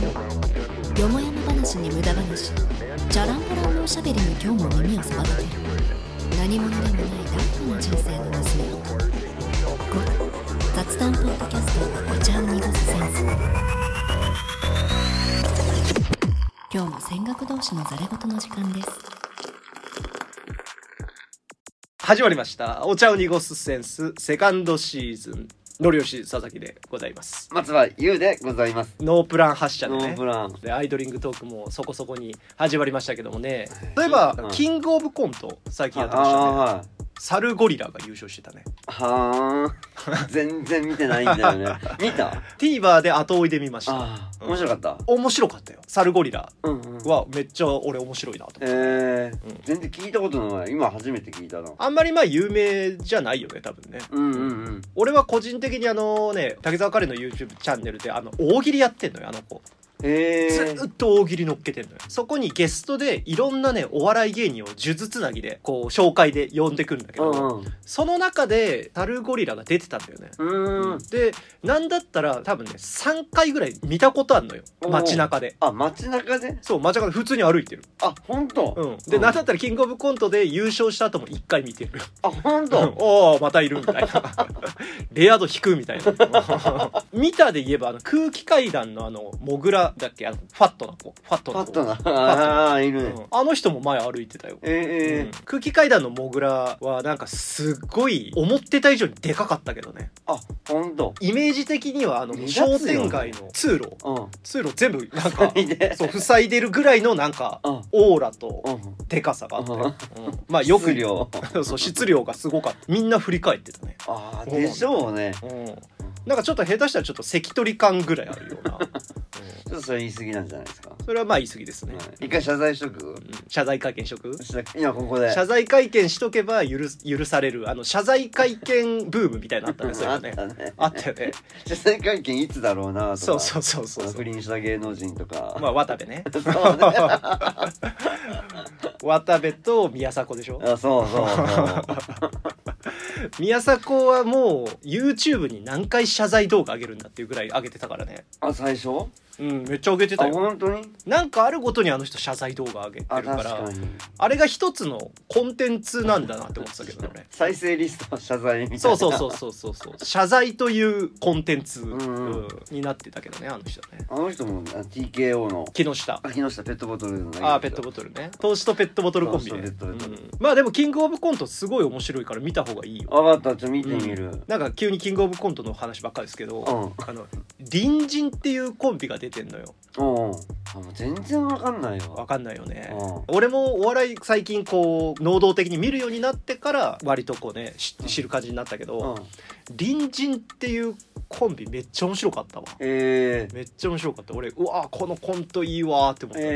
よもやま話に無駄話、チャランポランのおしゃべりに今日も耳をそば立てる。何者でもないダークな人生の娘を雑談ポッドキャスト、お茶を濁すセンス。今日も戦学同士のザレ言の時間です。 始まりました。お茶を濁すセンスセカンドシーズン、のりよし佐々木でございます。 松葉優でございます。 ノープラン発射でね。 ノープランでアイドリングトークもそこそこに始まりましたけどもね。例えば、キングオブコント最近やってましたね。はい、サルゴリラが優勝してたね。 はー全然見てないんだよね。見た？ TVer で後追いで見ました。 面白かった？ 面白かったよ。サルゴリラはめっちゃ俺面白いなと思って。 全然聞いたことない。今初めて聞いたな。あんまりまあ有名じゃないよね、多分ね。俺は個人的に竹澤カレンの YouTube チャンネルで大喜利やってんのよ、あの子。ずっと大喜利乗っけてんのよ。そこにゲストでいろんなねお笑い芸人を数珠つなぎでこう紹介で呼んでくるんだけど、その中でサルゴリラが出てたんだよね。でなんだったら多分ね3回ぐらい見たことあんのよ、街中で。 街中で？ そう、街中で普通に歩いてる。 本当？ でなんだったらキングオブコントで優勝した後も1回見てる。 本当？ おーまたいるみたいな。レア度低いみたいな。見たで言えば空気階段のモグラだっけ、ファットな子。ファットな。 いるね。 あの人も前歩いてたよ。空気階段のモグラはなんかすっごい思ってた以上にでかかったけどね。 ほんと？ イメージ的には商店街の通路全部なんかそう塞いでるぐらいのなんかオーラとでかさがあって、まあよくそう質量がすごかった。みんな振り返ってたね。 でしょうね。 なんかちょっと下手したらちょっと関取感ぐらいあるような。 ちょっとそれ言い過ぎなんじゃないですか。 それはまあ言い過ぎですね。 一回謝罪しとく？ 謝罪会見しとく？ 今ここで謝罪会見しとけば許される謝罪会見ブームみたいなのあったね。それはね。あったよね。 謝罪会見いつだろうなとか。 そう不倫した芸能人とか。 まあ渡部ね。渡部と宮迫でしょ。 そう宮迫はもう YouTube に何回謝罪動画上げるんだっていうぐらい上げてたからね。 最初？ めっちゃ上げてたよ。 本当に？ なんかあるごとにあの人謝罪動画上げてるから、あれが一つのコンテンツなんだなって思ってたけどね。 再生リスト謝罪みたいな。 そう謝罪というコンテンツになってたけどね、あの人ね。 あの人も TKO の木下ペットボトルの。 ペットボトルね。投資とペットボトルコンビね。まあでもキングオブコントすごい面白いから見た方がいいよ。 分かった、ちょっと見てみる。 なんか急にキングオブコントの話ばっかりですけど、隣人っていうコンビが出てんのよ。 全然わかんないよ。 わかんないよね。俺もお笑い最近こう能動的に見るようになってから割とこうね知る感じになったけど、隣人っていうコンビめっちゃ面白かったわ。めっちゃ面白かった。俺このコントいいわって思った。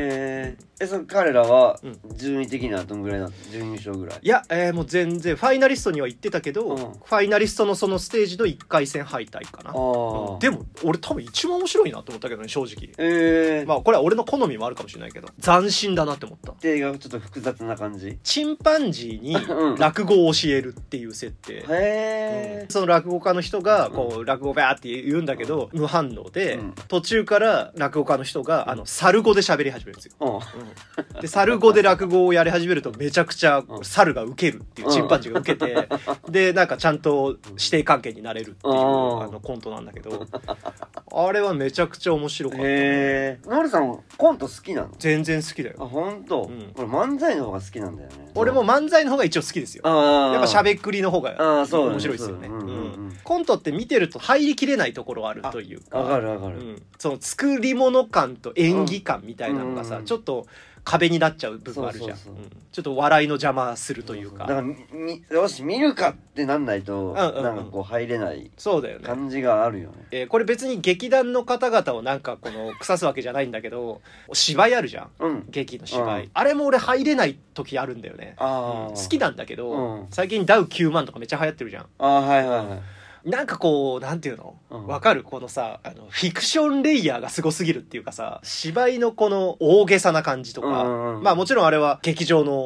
その彼らは順位的にはどんぐらいなの？準優勝ぐらい？ いや、もう全然ファイナリストには行ってたけど、ファイナリストのそのステージの1回戦敗退かな。でも俺多分一番面白いなと思ったけどね、正直。まあこれは俺の好みもあるかもしれないけど、斬新だなって思った。 映画がちょっと複雑な感じ。 チンパンジーに落語を教えるっていう設定。その落語家の人がこう落語バーって言うんだけど無反応で、途中から落語家の人が猿語で喋り始めるんですよ。で猿語で落語をやり始めるとめちゃくちゃ猿がウケるっていう、チンパンジーがウケて、でなんかちゃんと師弟関係になれるっていうコントなんだけど、あれはめちゃくちゃ面白かった。 ノリさんコント好きなの？ 全然好きだよ。 本当？俺漫才の方が好きなんだよね。 俺も漫才の方が一応好きですよ。やっぱしゃべくりの方が面白いですよね。コントって見てると入りきれないところあるというか、 わかる。 その作り物感と演技感みたいなのがさ、ちょっと壁になっちゃう部分あるじゃん。ちょっと笑いの邪魔するというか。 だからよし見るかってなんないとなんかこう入れない感じがあるよね。 これ別に劇団の方々をなんかこの腐すわけじゃないんだけど、芝居あるじゃん。劇の芝居。あれも俺入れない時あるんだよね。好きなんだけど、最近ダウ9万とかめっちゃ流行ってるじゃん。なんかこうなんていうの、わかる？このさフィクションレイヤーがすごすぎるっていうかさ、芝居のこの大げさな感じとか、まあもちろんあれは劇場の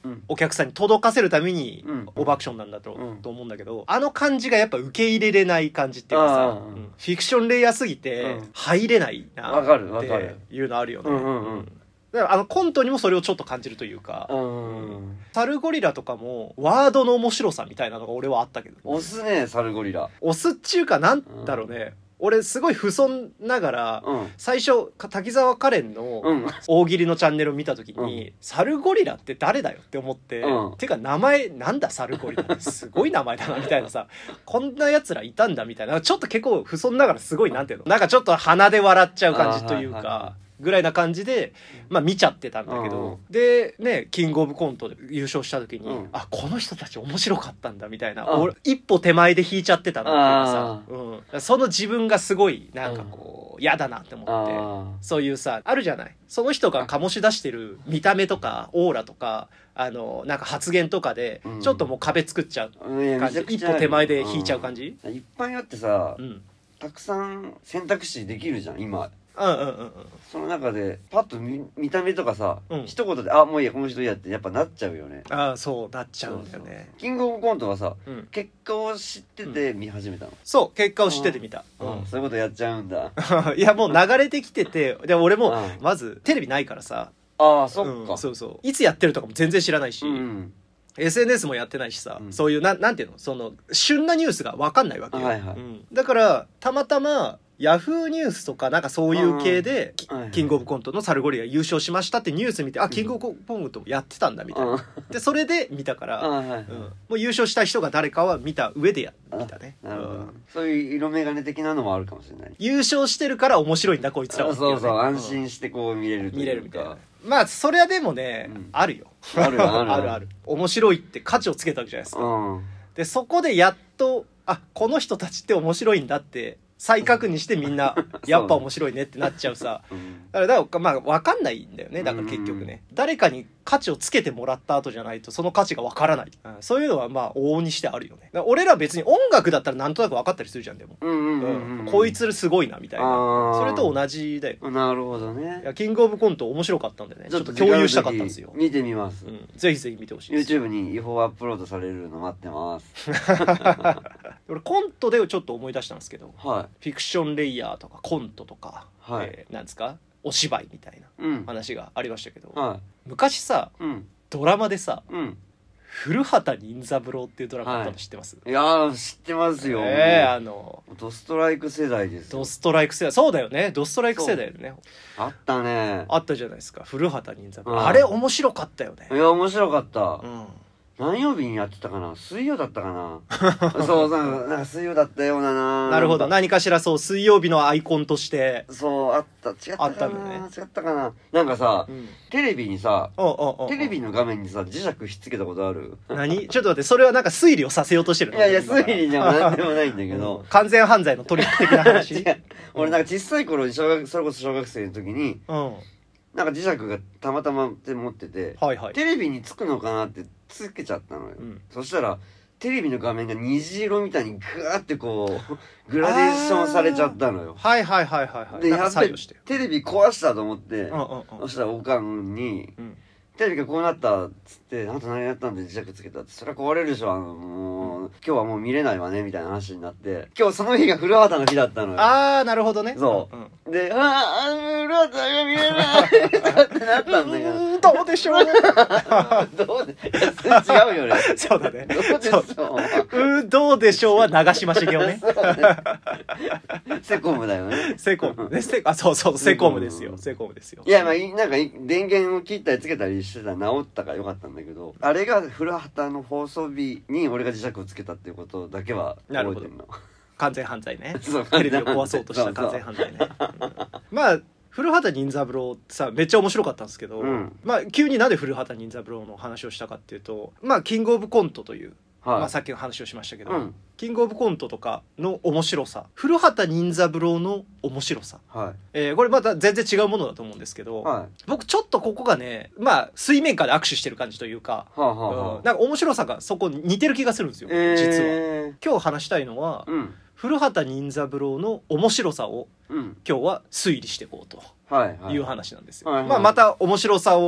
お客さんに届かせるためにオーバーアクションなんだと思うんだけど、あの感じがやっぱ受け入れれない感じっていうかさ、フィクションレイヤーすぎて入れないなっていうのあるよね。だからコントにもそれをちょっと感じるというか、サルゴリラとかもワードの面白さみたいなのが俺はあったけど、 押すねサルゴリラ。 押すっちゅうかなんだろうね、俺すごい不遜ながら、最初滝沢カレンの大喜利のチャンネルを見た時に、サルゴリラって誰だよって思って、てか名前なんだサルゴリラってすごい名前だなみたいなさ、こんな奴らいたんだみたいな、ちょっと結構不遜ながらすごいなんていうの、なんかちょっと鼻で笑っちゃう感じというか、ぐらいな感じで、まあ見ちゃってたんだけど、でね、キングオブコントで優勝した時に、あ、この人たち面白かったんだみたいな、俺一歩手前で引いちゃってたなっていうかさ、その自分がすごいなんかこう嫌だなって思って、そういうさ、あるじゃない、その人が醸し出してる見た目とかオーラとか、なんか発言とかでちょっともう壁作っちゃう感じ、一歩手前で引いちゃう感じ。 いっぱいあってさ、たくさん選択肢できるじゃん今。その中でパッと 見た目とかさ、一言で「あ、もういいやこの人いいや」ってやっぱなっちゃうよね。 そうなっちゃうんだよね。 キングオブコントはさ、結果を知ってて見始めたの。 そう、結果を知ってて見た。 そういうことやっちゃうんだ。 いやもう流れてきてて、で俺もまずテレビないからさ、 そっか、 そうそう、いつやってるとかも全然知らないし、SNS もやってないしさ、そういうなんていうの、その旬なニュースが分かんないわけよ。だからたまたまヤフーニュースとかなんかそういう系でキングオブコントのサルゴリラ優勝しましたってニュース見て、あ、キングオブコントもやってたんだみたいな、でそれで見たから、もう優勝した人が誰かは見た上で見たね。 そういう色眼鏡的なのもあるかもしれない。 優勝してるから面白いんだこいつらは。 そうそう、安心してこう見れるみたいな。まあそれはでもね、あるよ。ある面白いって価値をつけたわけじゃないですか。でそこでやっと、あ、この人たちって面白いんだって再確認してみんなやっぱ面白いねってなっちゃうさ。だからまあ分かんないんだよね。だから結局ね、誰かに価値をつけてもらった後じゃないとその価値が分からない、そういうのはまあ往々にしてあるよね。俺ら別に音楽だったらなんとなく分かったりするじゃん。でもこいつすごいなみたいな、それと同じだよ。 なるほどね。 いやキングオブコント面白かったんでね、ちょっと共有したかったんですよ。 見てみます、 ぜひぜひ見てほしいです。 YouTube に違法アップロードされるの待ってます。 俺コントでちょっと思い出したんですけど、フィクションレイヤーとかコントとか、なんですか、お芝居みたいな話がありましたけど、昔さ、ドラマでさ、古畑任三郎っていうドラマあったの知ってます？ いやー知ってますよ。ドストライク世代ですよ。 ドストライク世代、そうだよね、ドストライク世代でね。 あったね。 あったじゃないですか、古畑任三郎。あれ面白かったよね。 いや面白かった。何曜日にやってたかな、水曜だったかな。そうなんか水曜だったようなな。 なるほど、何かしらそう水曜日のアイコンとしてそうあった。違ったかな、違ったかな。なんかさ、テレビにさ、テレビの画面にさ磁石ひっつけたことある？ 何？ちょっと待って、それはなんか推理をさせようとしてるの？ いや推理じゃなんでもないんだけど、 完全犯罪のトリック的な話。 俺なんか小さい頃にそれこそ小学生の時に、なんか磁石がたまたま持ってて、テレビにつくのかなってつけちゃったのよ。そしたらテレビの画面が虹色みたいにグワーってこうグラデーションされちゃったのよ。でやってテレビ壊したと思って、そしたらおかんに「テレビがこうなった」っつって「あんた何やったんで磁石つけた」って「それは壊れるでしょ、もう今日はもう見れないわね」みたいな話になって、今日その日が古畑の日だったのよ。 なるほどね。 そうで「古畑が見れない」ってなったんだけど、 どうでしょう。 どうで違うよね。 そうだね。 どうでしょう。どうでしょうは長嶋茂雄ね。 セコムだよね。 セコムね。そうセコムですよ。セコムですよ。 いやまあなんか電源を切ったりつけたりしてたら直ったからよかったんだけど、あれが古畑の放送日に俺が磁石をつけたっていうことだけは覚えてるの。 完全犯罪ね。テレビを壊そうとした完全犯罪ね。まあ古畑任三郎さめっちゃ面白かったんですけど、まあ急になんで古畑任三郎の話をしたかっていうと、まあキングオブコントという、まあさっきの話をしましたけど、キングオブコントとかの面白さ、古畑任三郎の面白さ、これまた全然違うものだと思うんですけど、僕ちょっとここがね、まあ水面下で握手してる感じというか、なんか面白さがそこに似てる気がするんですよ、実は。今日話したいのは、古畑任三郎の面白さを今日は推理していこうという話なんですよ。まあまた面白さを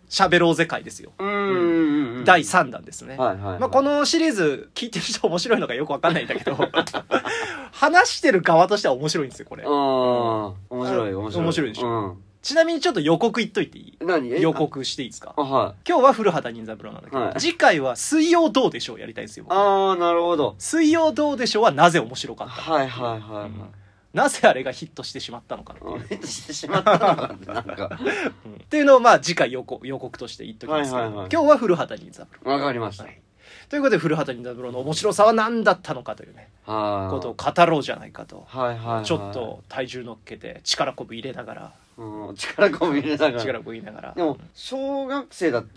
喋ろうぜ会ですよ。第3弾ですね。このシリーズ聞いてる人面白いのかよくわかんないんだけど話してる側としては面白いんですよこれ。 面白いでしょ。ちなみにちょっと予告言っといていい？予告していいですか？今日は古畑任三郎なんだけど、次回は水曜どうでしょうやりたいんですよ。 なるほど。 水曜どうでしょうはなぜ面白かったか。なぜあれがヒットしてしまったのかっていう。 ヒットしてしまったのかってなんかっていうのを次回予告として言っときますけど、今日は古畑任三郎。 わかりました。 ということで古畑任三郎の面白さは何だったのかというねことを語ろうじゃないかと。ちょっと体重乗っけて力こぶ入れながら。 力こぶ入れながら。でも小学生だった？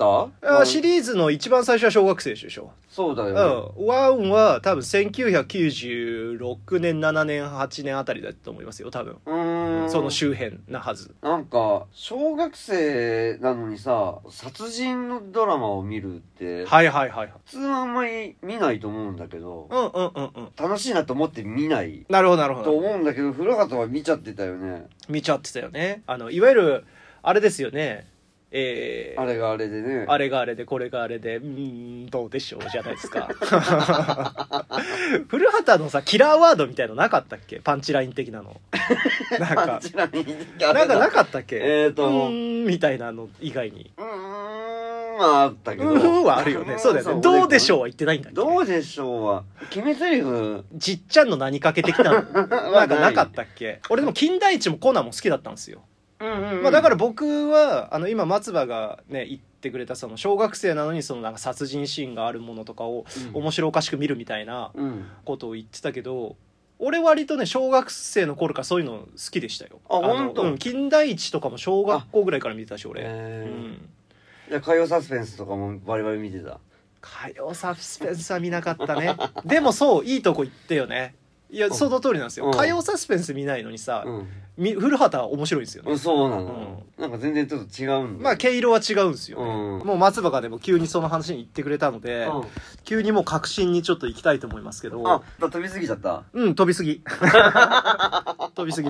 シリーズの一番最初は小学生でしょ。 そうだよね。 1は多分1996年7年8年あたりだと思いますよ多分。その周辺なはず。 なんか小学生なのにさ殺人のドラマを見るって普通はあんまり見ないと思うんだけど、楽しいなと思って見ないと思うんだけど、古畑は見ちゃってたよね。 見ちゃってたよね。いわゆるあれですよね。 あれがあれでね。 あれがあれでこれがあれでどうでしょうじゃないですか。古畑のさキラーワードみたいのなかったっけ？パンチライン的なの。なんかなかったっけ？みたいなの以外に。 あったけど。 はあるよね。そうだよね。どうでしょうは言ってないんだっけ？どうでしょうは決め台詞じっちゃんの何かけ的なのなんかなかったっけ？俺でも金田一もコナンも好きだったんですよ。だから僕は今松葉がね言ってくれたその小学生なのにそのなんか殺人シーンがあるものとかを面白おかしく見るみたいなことを言ってたけど、俺割とね小学生の頃からそういうの好きでしたよ。 本当？ 金田一とかも小学校ぐらいから見てたし俺。 じゃあ火曜サスペンスとかもバリバリ見てた？ 火曜サスペンスは見なかったね。でもそういいとこ行ってよね。いやその通りなんですよ。火曜サスペンス見ないのにさ、古畑は面白いんですよね。 そうなの。なんか全然ちょっと違うんだ。毛色は違うんですよね。もう松葉がでも急にその話に言ってくれたので、急にもう確信にちょっと行きたいと思いますけど。 飛びすぎちゃった？ 飛びすぎ。飛びすぎ。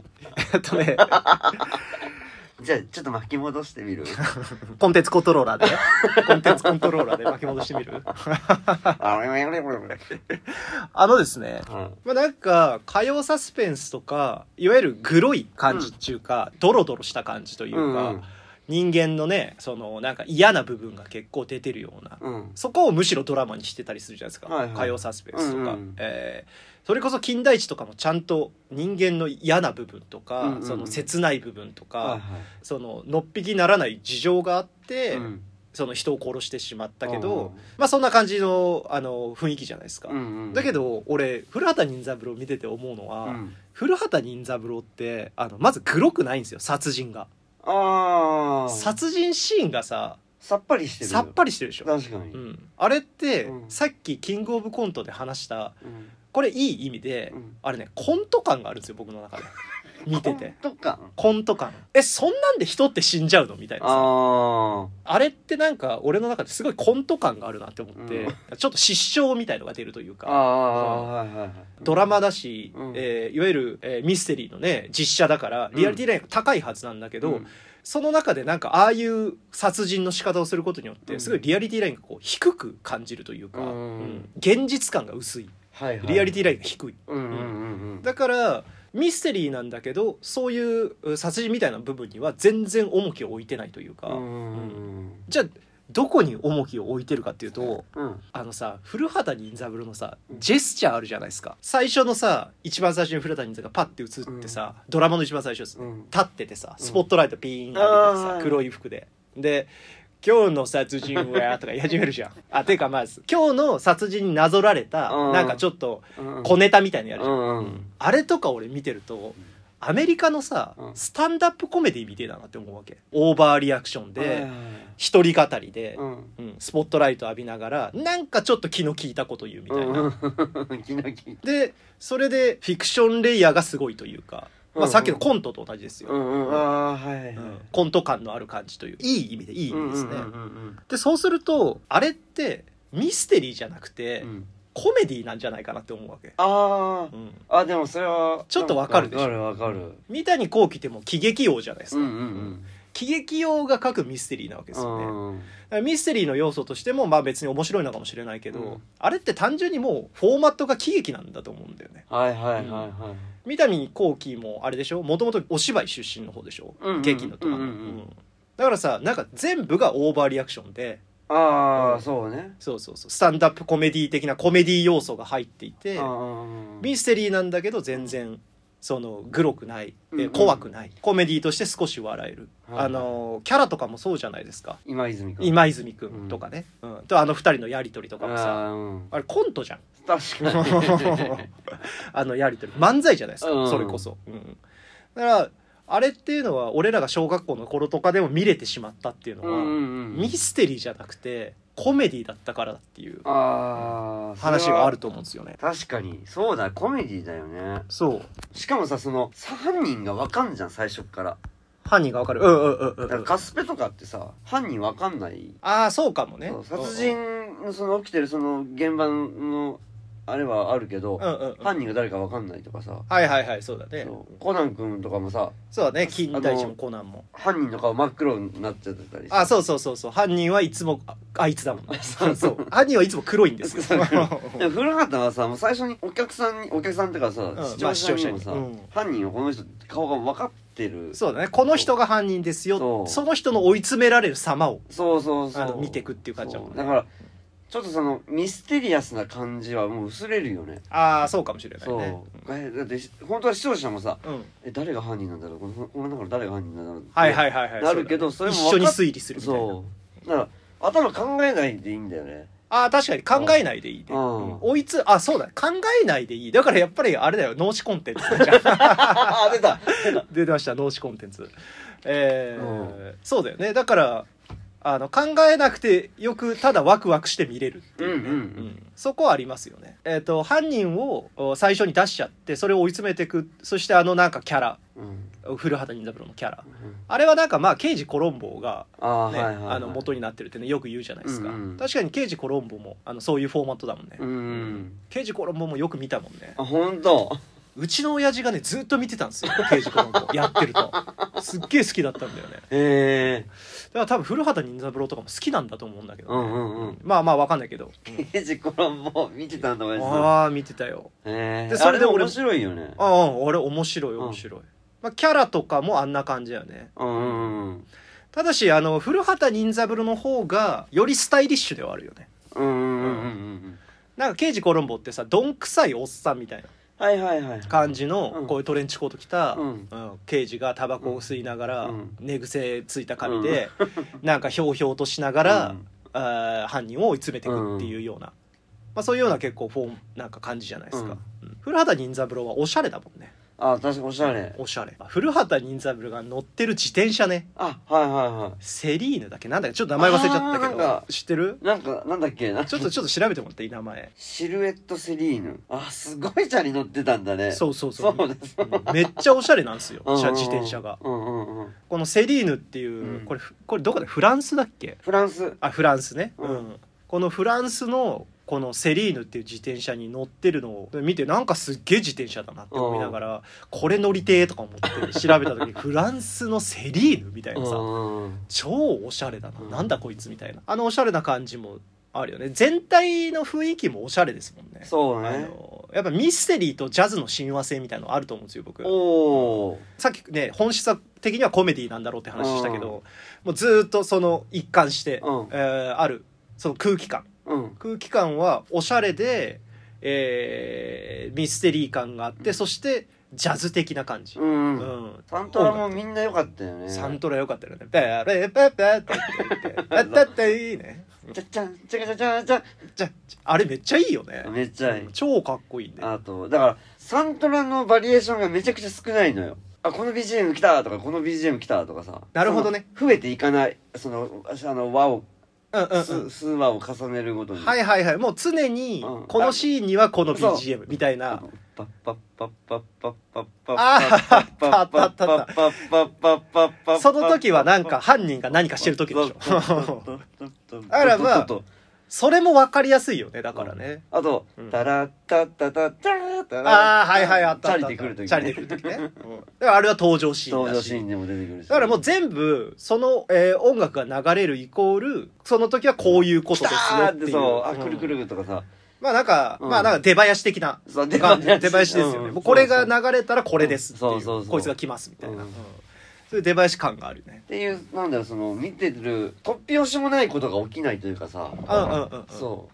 じゃあちょっと巻き戻してみる？ コンテンツコントローラーで巻き戻してみる？ですね、なんか火曜サスペンスとかいわゆるグロい感じっていうか、ドロドロした感じというか、人間のねそのなんか嫌な部分が結構出てるような、そこをむしろドラマにしてたりするじゃないですか、火曜サスペンスとか、それこそ金田一とかもちゃんと人間の嫌な部分とか、その切ない部分とか、そののっぴきならない事情があって、その人を殺してしまったけど、そんな感じの雰囲気じゃないですか、だけど俺古畑任三郎見てて思うのは、古畑任三郎ってまずグロくないんですよ、殺人が。殺人シーンがささっぱりしてるでしょ。 確かに、 あれって、さっきキングオブコントで話した、これいい意味で、あれねコント感があるんですよ僕の中で見てて。コント感そんなんで人って死んじゃうのみたいなさ、あれってなんか俺の中ですごいコント感があるなって思って、ちょっと失笑みたいのが出るというか、ドラマだし、いわゆる、ミステリーのね実写だからリアリティラインが高いはずなんだけど、その中でなんかああいう殺人の仕方をすることによってすごいリアリティラインがこう低く感じるというか、現実感が薄い、リアリティラインが低い、だからミステリーなんだけどそういう殺人みたいな部分には全然重きを置いてないというか、じゃあどこに重きを置いてるかっていうと、さ古畑任三郎のさジェスチャーあるじゃないですか。最初のさ一番最初に古畑任三郎がパッて映ってさ、ドラマの一番最初です、立っててさスポットライトピーン浴びてさ、黒い服で今日の殺人はとか言い始めるじゃん。ていうかまず今日の殺人になぞられたなんかちょっと小ネタみたいなのやるじゃん、あれとか俺見てるとアメリカのさスタンダップコメディみたいだなって思うわけ。オーバーリアクションで一人語りで、スポットライト浴びながらなんかちょっと気の利いたこと言うみたいな、でそれでフィクションレイヤーがすごいというか、さっきのコントと同じですよ、コント感のある感じといういい意味ですね、でそうするとあれってミステリーじゃなくて、コメディなんじゃないかなって思うわけ。 でもそれはちょっとわかるでしょ。 わかる。 三谷幸喜ってもう喜劇王じゃないですか、 喜劇用が書くミステリーなわけですよね。ミステリーの要素としてもまあ別に面白いのかもしれないけど、あれって単純にもうフォーマットが喜劇なんだと思うんだよね。 はいはいはいはい。 三谷幸喜もあれでしょ、もともとお芝居出身の方でしょ、劇のとかも、だからさ、なんか全部がオーバーリアクションで、 そうね、 そうスタンダップコメディ的なコメディ要素が入っていて、ミステリーなんだけど全然そのグロくない、怖くないコメディとして少し笑える、キャラとかもそうじゃないですか。 今泉くんとかね、とあの二人のやり取りとかもさ、あれコントじゃん。 確かにやり取り漫才じゃないですか、それこそ、だからあれっていうのは俺らが小学校の頃とかでも見れてしまったっていうのは、ミステリーじゃなくてコメディだったからだっていう話があると思うんですよね。 確かにそうだ、コメディだよね。 そうしかもさ、その犯人が分かんじゃん、最初から。 犯人が分かる。 だからカスペとかってさ、犯人分かんない。 そうかもね。 殺人のその起きてるその現場のあれはあるけど、犯人が誰か分かんないとかさ。 はいそうだね。 コナン君とかもさ、 そうだね、金田一もコナンも犯人の顔真っ黒になっちゃってたりさ。そう犯人はいつもあいつだもんね。そう犯人はいつも黒いんですよ。 でも古畑はさ、もう最初にお客さんってかさ、視聴者にもさ、犯人はこの人顔が分かってる。 そうだね、この人が犯人ですよ、その人の追い詰められる様を見ていくっていう感じだもんね。 だからちょっとそのミステリアスな感じはもう薄れるよね。 そうかもしれないね。 だって本当は視聴者もさ、誰が犯人なんだろう、この中から誰が犯人なんだろうってなるけど、それも一緒に推理するみたいな。 だから頭考えないでいいんだよね。 確かに考えないでいいね。そうだ、考えないでいい。だからやっぱりあれだよ、脳死コンテンツ出ました、脳死コンテンツ。そうだよね。だから考えなくてよくただワクワクして見れるっていうね、そこはありますよね。犯人を最初に出しちゃってそれを追い詰めていく。そしてなんかキャラ、古畑任三郎のキャラ、あれはなんかまあ刑事コロンボが、ね、元になってるってねよく言うじゃないですか。確かに刑事コロンボもそういうフォーマットだもんね。刑事コロンボもよく見たもんね。 本当。 うちの親父がねずっと見てたんですよ、刑事コロンボやってると。すっげえ好きだったんだよね。だから多分古畑任三郎とかも好きなんだと思うんだけど、まあ分かんないけど、 刑事コロンボ見てたんだ。 見てたよ。 でそれで面白いよね。 あれ面白い、キャラとかもあんな感じだよね。ただし古畑任三郎の方がよりスタイリッシュではあるよね。なんか刑事コロンボってさ、どんくさいおっさんみたいな感じのこういうトレンチコート着た刑事がタバコを吸いながら寝癖ついた髪でなんかひょうひょうとしながら犯人を追い詰めていくっていうような、そういうような結構なんか感じじゃないですか。古畑任三郎はおしゃれだもんね。 確かにおしゃれ。 古畑任三郎が乗ってる自転車ね。セリーヌだっけ、なんだっけ、ちょっと名前忘れちゃったけど知ってる？なんだっけな。 ちょっと調べてもらっていい？名前。 シルエットセリーヌ。すごいチャリ乗ってたんだね。 そうめっちゃおしゃれなんですよ、自転車が。このセリーヌっていう、これどこでフランスだっけ？フランスね。このフランスのこのセリーヌっていう自転車に乗ってるのを見て、なんかすっげえ自転車だなって思いながら、これ乗りてーとか思って調べた時にフランスのセリーヌみたいなさ、超おしゃれだな、なんだこいつみたいな、おしゃれな感じもあるよね。全体の雰囲気もおしゃれですもんね。 そうね。 やっぱミステリーとジャズの親和性みたいなのあると思うんですよ、僕。さっきね、本質的にはコメディなんだろうって話したけど、もうずっとその一貫して、あるその空気感はおしゃれで、ミステリー感があって、そしてジャズ的な感じ。 サントラもみんな良かったよね。 サントラ良かったよね。ペレペペって言って、っていいね。 ちゃちゃんちゃちゃちゃちゃちゃ、 あれめっちゃいいよね。 めっちゃいい。 超かっこいいね。 だからサントラのバリエーションがめちゃくちゃ少ないのよ。この BGM 来たとか、この BGM 来たとかさ。 なるほどね。 増えていかない、その和を数話を重ねるごとに、 もう常にこのシーンにはこの BGM みたいな。パッパッパッパッパッパッパッパッパッパッパッパッ、その時はなんか犯人が何かしてる時でしょ。だからそれも分かりやすいよね。だからね。 あとタラッタッタタッターーってああはいはいあったチャリで来る時チャリで来る時ね、だからあれは登場シーンだし、 登場シーンでも出てくるし、 だからもう全部その、音楽が流れるイコールその時はこういうことですよっていう、 そうくるくるとかさ、 まあなんか、まあなんか出囃子的な出囃子ですよね、もうこれが流れたらこれですっていう、こいつが来ますみたいな、そういう出囃子感があるねっていう、なんだろう、その見てる突拍子もないことが起きないというかさ、そう、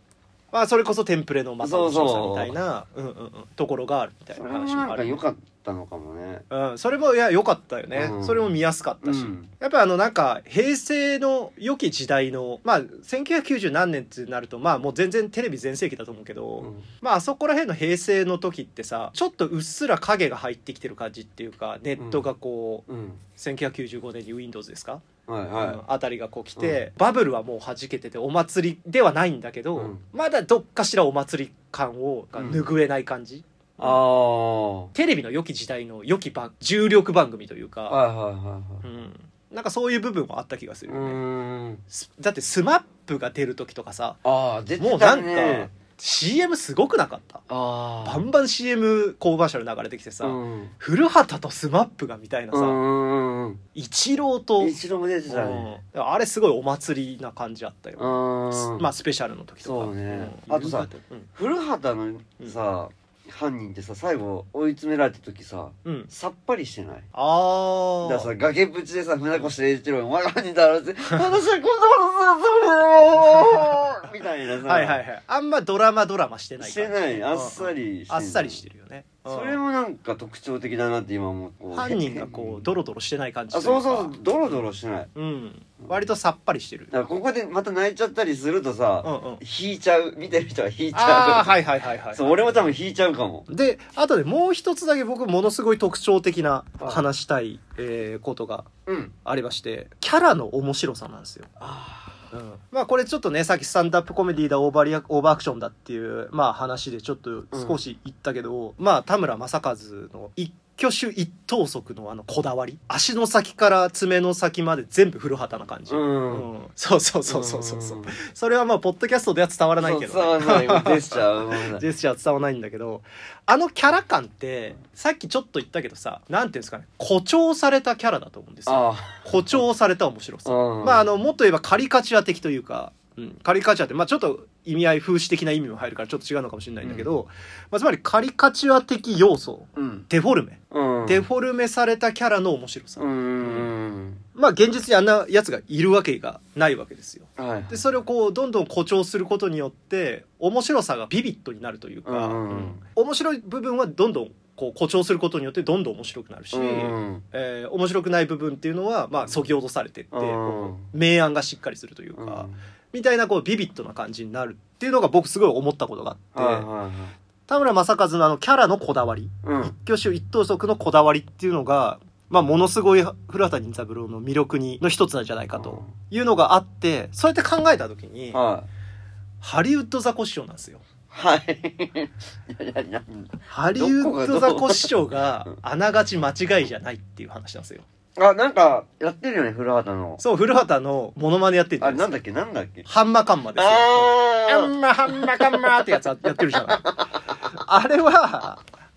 まあそれこそテンプレのまさおしさみたいなところがあるみたいな話もある。 それもなんか良かったのかもね。 それもいや良かったよね、それも見やすかったし、やっぱなんか平成の良き時代のまあ1990何年ってなるとまあもう全然テレビ全盛期だと思うけど、まああそこら辺の平成の時ってさ、ちょっとうっすら影が入ってきてる感じっていうか、ネットがこう、1995年に Windows ですか、あたりがこう来て、バブルはもう弾けててお祭りではないんだけど、まだどっかしらお祭り感を拭えない感じ、テレビの良き時代の良き重力番組というか、なんかそういう部分はあった気がするよね。だってスマップが出る時とかさ、もうなんかCM すごくなかった？バンバン CM コマーシャル流れてきてさ、古畑とスマップがみたいなさ、イチローも出てたね。あれすごいお祭りな感じあったよ。まあスペシャルの時とか。そうね。 あとさ、古畑のさ犯人ってさ、最後追い詰められた時さ、さっぱりしてない？だからさ、崖っぷちでさ、船越英一郎お前が犯人だろって、私はこんなことするつもりよみたいなさ、 あんまドラマしてない。 してない、あっさりしてるよね。 それもなんか特徴的だなって今思う。 犯人がこうドロドロしてない感じ。 そうドロドロしてない。 割とさっぱりしてる。 だからここでまた泣いちゃったりするとさ、引いちゃう、見てる人は引いちゃう。そう、俺も多分引いちゃうかも。 で、あとでもう一つだけ僕ものすごい特徴的な話したいことがありまして、キャラの面白さなんですよ。まあこれちょっとね、さっきスタンドアップコメディだオーバーアクションだっていうまあ話でちょっと少し言ったけど、まあ田村正和の一挙手一投足のこだわり、足の先から爪の先まで全部古畑な感じ。そうそれはまあポッドキャストでは伝わらないけど、ジェスチャー伝わらないんだけど、あのキャラ感ってさっきちょっと言ったけどさ、なんていうんですかね、誇張されたキャラだと思うんですよ。誇張された面白さ。まあもっと言えばカリカチュア的というか、カリカチュアってまあちょっと意味合い風刺的な意味も入るからちょっと違うのかもしれないんだけど、つまりカリカチュア的要素、デフォルメされたキャラの面白さ。まあ現実にあんなやつがいるわけがないわけですよ。でそれをこうどんどん誇張することによって面白さがビビッドになるというか、面白い部分はどんどんこう誇張することによってどんどん面白くなるし、面白くない部分っていうのはまあ削ぎ落とされてって、明暗がしっかりするというか、みたいなこうビビッドな感じになるっていうのが僕すごい思ったことがあって、田村正和のキャラのこだわり、一挙手一投足のこだわりっていうのが、まあものすごい古畑任三郎の魅力の一つなんじゃないかというのがあって、そうやって考えた時に、ハリウッドザコシショウなんですよ。ハリウッドザコシショウがあながち間違いじゃないっていう話なんですよ。 なんかやってるよね、古畑の。 そう、古畑のモノマネやってる。 なんだっけハンマカンマですよ。ハンマカンマってやつやってるじゃない。あれは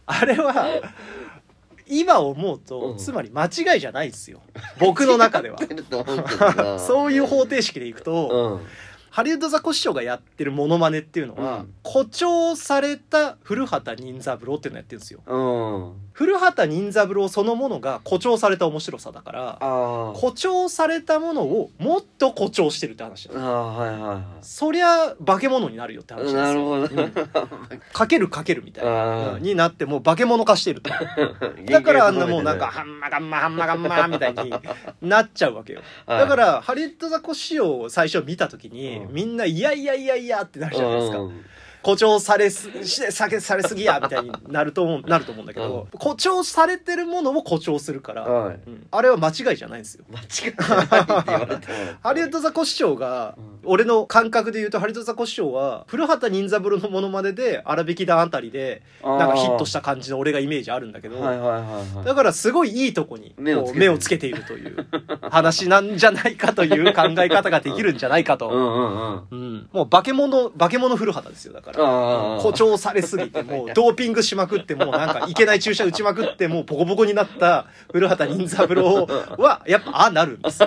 今思うと、つまり間違いじゃないですよ、僕の中では。そういう方程式でいくと、ハリウッドザコシショウがやってるモノマネっていうのは、誇張された古畑任三郎っていうのをやってるんですよ。古畑任三郎そのものが誇張された面白さだから、誇張されたものをもっと誇張してるって話だ。そりゃ化け物になるよって話ですよ。なるほど。かけるみたいなになってもう化け物化してると。だからあんなもうなんかハンマガンマみたいになっちゃうわけよ。だからハリウッドザコシショウを最初見た時に、みんないやってなるじゃないですか。誇張されすぎやみたいになると思うんだけど、誇張されてるものを誇張するから、あれは間違いじゃないんですよ。間違いじゃないって言われてもハリウッドザコシショウが俺の感覚で言うとハリウッドザコシショウは古畑任三郎のモノマネで荒引き団あたりでなんかヒットした感じの俺がイメージあるんだけど、だからすごいいいとこに目をつけているという話なんじゃないかという考え方ができるんじゃないかと。もう化け物古畑ですよ。だから誇張されすぎてもうドーピングしまくってもうなんかいけない注射打ちまくってもうボコボコになった古畑任三郎はやっぱなるんですよ。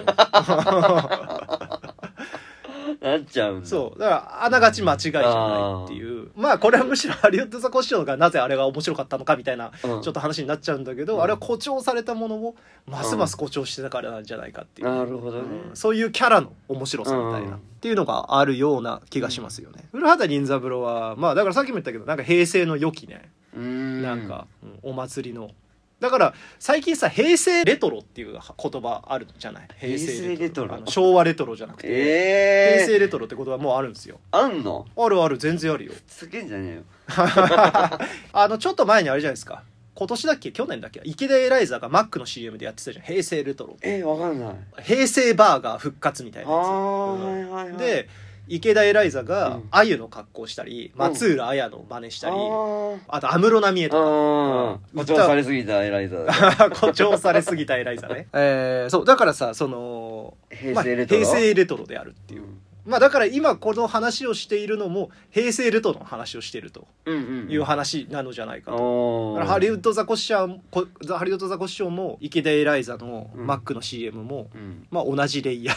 なっちゃうんだ。 そうだからあながち間違いじゃないっていう。まあこれはむしろハリウッドザコシショウがなぜあれが面白かったのかみたいなちょっと話になっちゃうんだけど、あれは誇張されたものをますます誇張してたからなんじゃないかっていう、 なるほどね、 そういうキャラの面白さみたいな、っていうのがあるような気がしますよね。古畑任三郎はまあだからさっきも言ったけどなんか平成の良きね、なんか、お祭りのだから最近さ平成レトロっていう言葉あるじゃない。 平成レトロ、 昭和レトロじゃなくて、平成レトロって言葉もうあるんですよ。 あんの？ あるある、全然あるよ。 すげえんじゃねえよ。 ちょっと前にあれじゃないですか、今年だっけ去年だっけ、池田エライザがマックの CM でやってたじゃん、平成レトロ。 わかんない。 平成バーガー復活みたいなやつ、で池田エライザがあゆの格好したり、松浦綾の真似したり、あと安室奈美恵とか、 誇張されすぎたエライザ誇張されすぎたエライザね。そうだからさ、その平成レトロであるっていう、まあだから今この話をしているのも平成レトロの話をしているという話なのじゃないかと。だからハリウッドザコシショウも池田エライザのマックの CM も、まあ同じレイヤ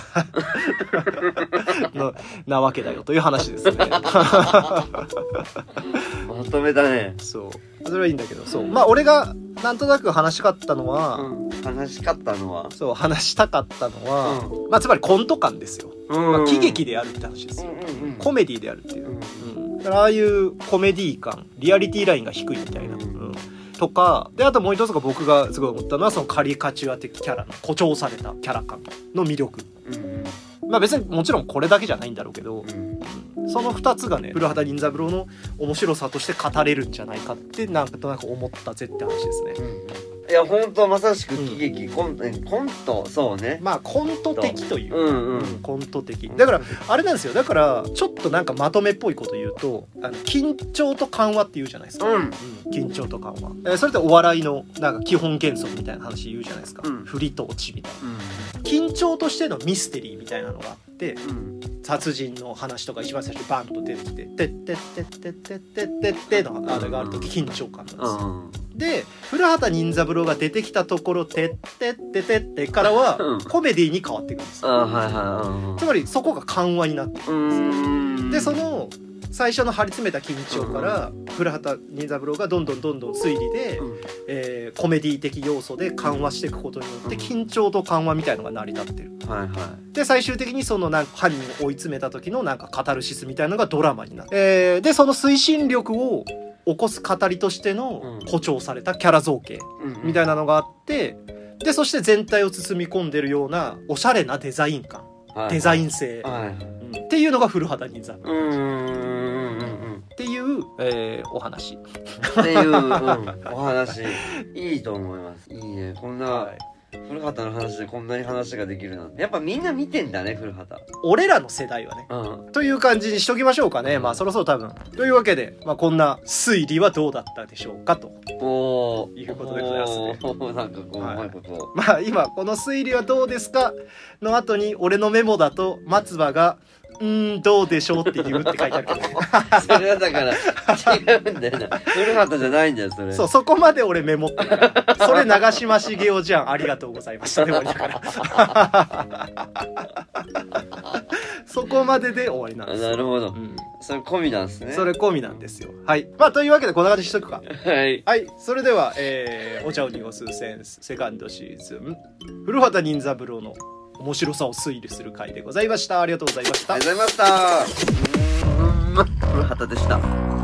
ーなわけだよという話ですね。 まとめたね。 そうそれはいいんだけど、そうまあ俺がなんとなく話したかったのは、 話したかったのは、まあつまりコント感ですよ。まあ、喜劇であるって話ですよ、コメディであるっていう、だからああいうコメディ感、リアリティラインが低いみたいな、とかで、あともう一つが僕がすごい思ったのはそのカリカチュア的キャラの誇張されたキャラ感の魅力、まあ別にもちろんこれだけじゃないんだろうけど、その2つがね古畑任三郎の面白さとして語れるんじゃないかってなんとなく思ったぜって話ですね。 いや本当まさしく喜劇、コント、そうね、 まあコント的という、コント的だからあれなんですよ。だからちょっとなんかまとめっぽいこと言うと、緊張と緩和って言うじゃないですか、緊張と緩和、それってお笑いのなんか基本原則みたいな話言うじゃないですか、振りとオチみたいな、緊張としてのミステリーみたいなのがあって、殺人の話とか一番最初にバンと出てきて「てってってってってってってって」のあれがあると緊張感なんですよ。で古畑任三郎が出てきたところ「てってってってって」からはコメディに変わっていくんですよ。つまりそこが緩和になっていくんです。でその最初の張り詰めた緊張から古畑任三郎がどんどん推理で、コメディ的要素で緩和していくことによって緊張と緩和みたいのが成り立ってる、で最終的にそのなんか犯人を追い詰めた時のなんかカタルシスみたいなのがドラマになって、でその推進力を起こす語りとしての誇張されたキャラ造形みたいなのがあって、でそして全体を包み込んでるようなおしゃれなデザイン感、デザイン性、っていうのが古畑任三郎っていう、お話っていう、お話いいと思います。いいね、こんな、古畑の話でこんなに話ができるなんてやっぱみんな見てんだね、古畑。 俺らの世代はね、という感じにしときましょうかね。まあそろそろ多分というわけで、まあ、こんな推理はどうだったでしょうかということでございますね。 なんかこううまいこと、 まあ今この推理はどうですかの後に俺のメモだと松葉がどうでしょうって言うって書いてあるけどそれはだから違うんだよな、古畑じゃないんだよそれ。 そう、そこまで俺メモってるからそれ長嶋茂雄じゃん、ありがとうございましたで終わりだからそこまでで終わりなんですよ。 なるほど、それ込みなんですね。 それ込みなんですよ。はい、まあというわけでこんな感じにしとくか。 はい、 はい、それでは、お茶を濁すセンスセカンドシーズン古畑任三郎の面白さを推理する回でございました。ありがとうございました。 ありがとうございました。古畑でした。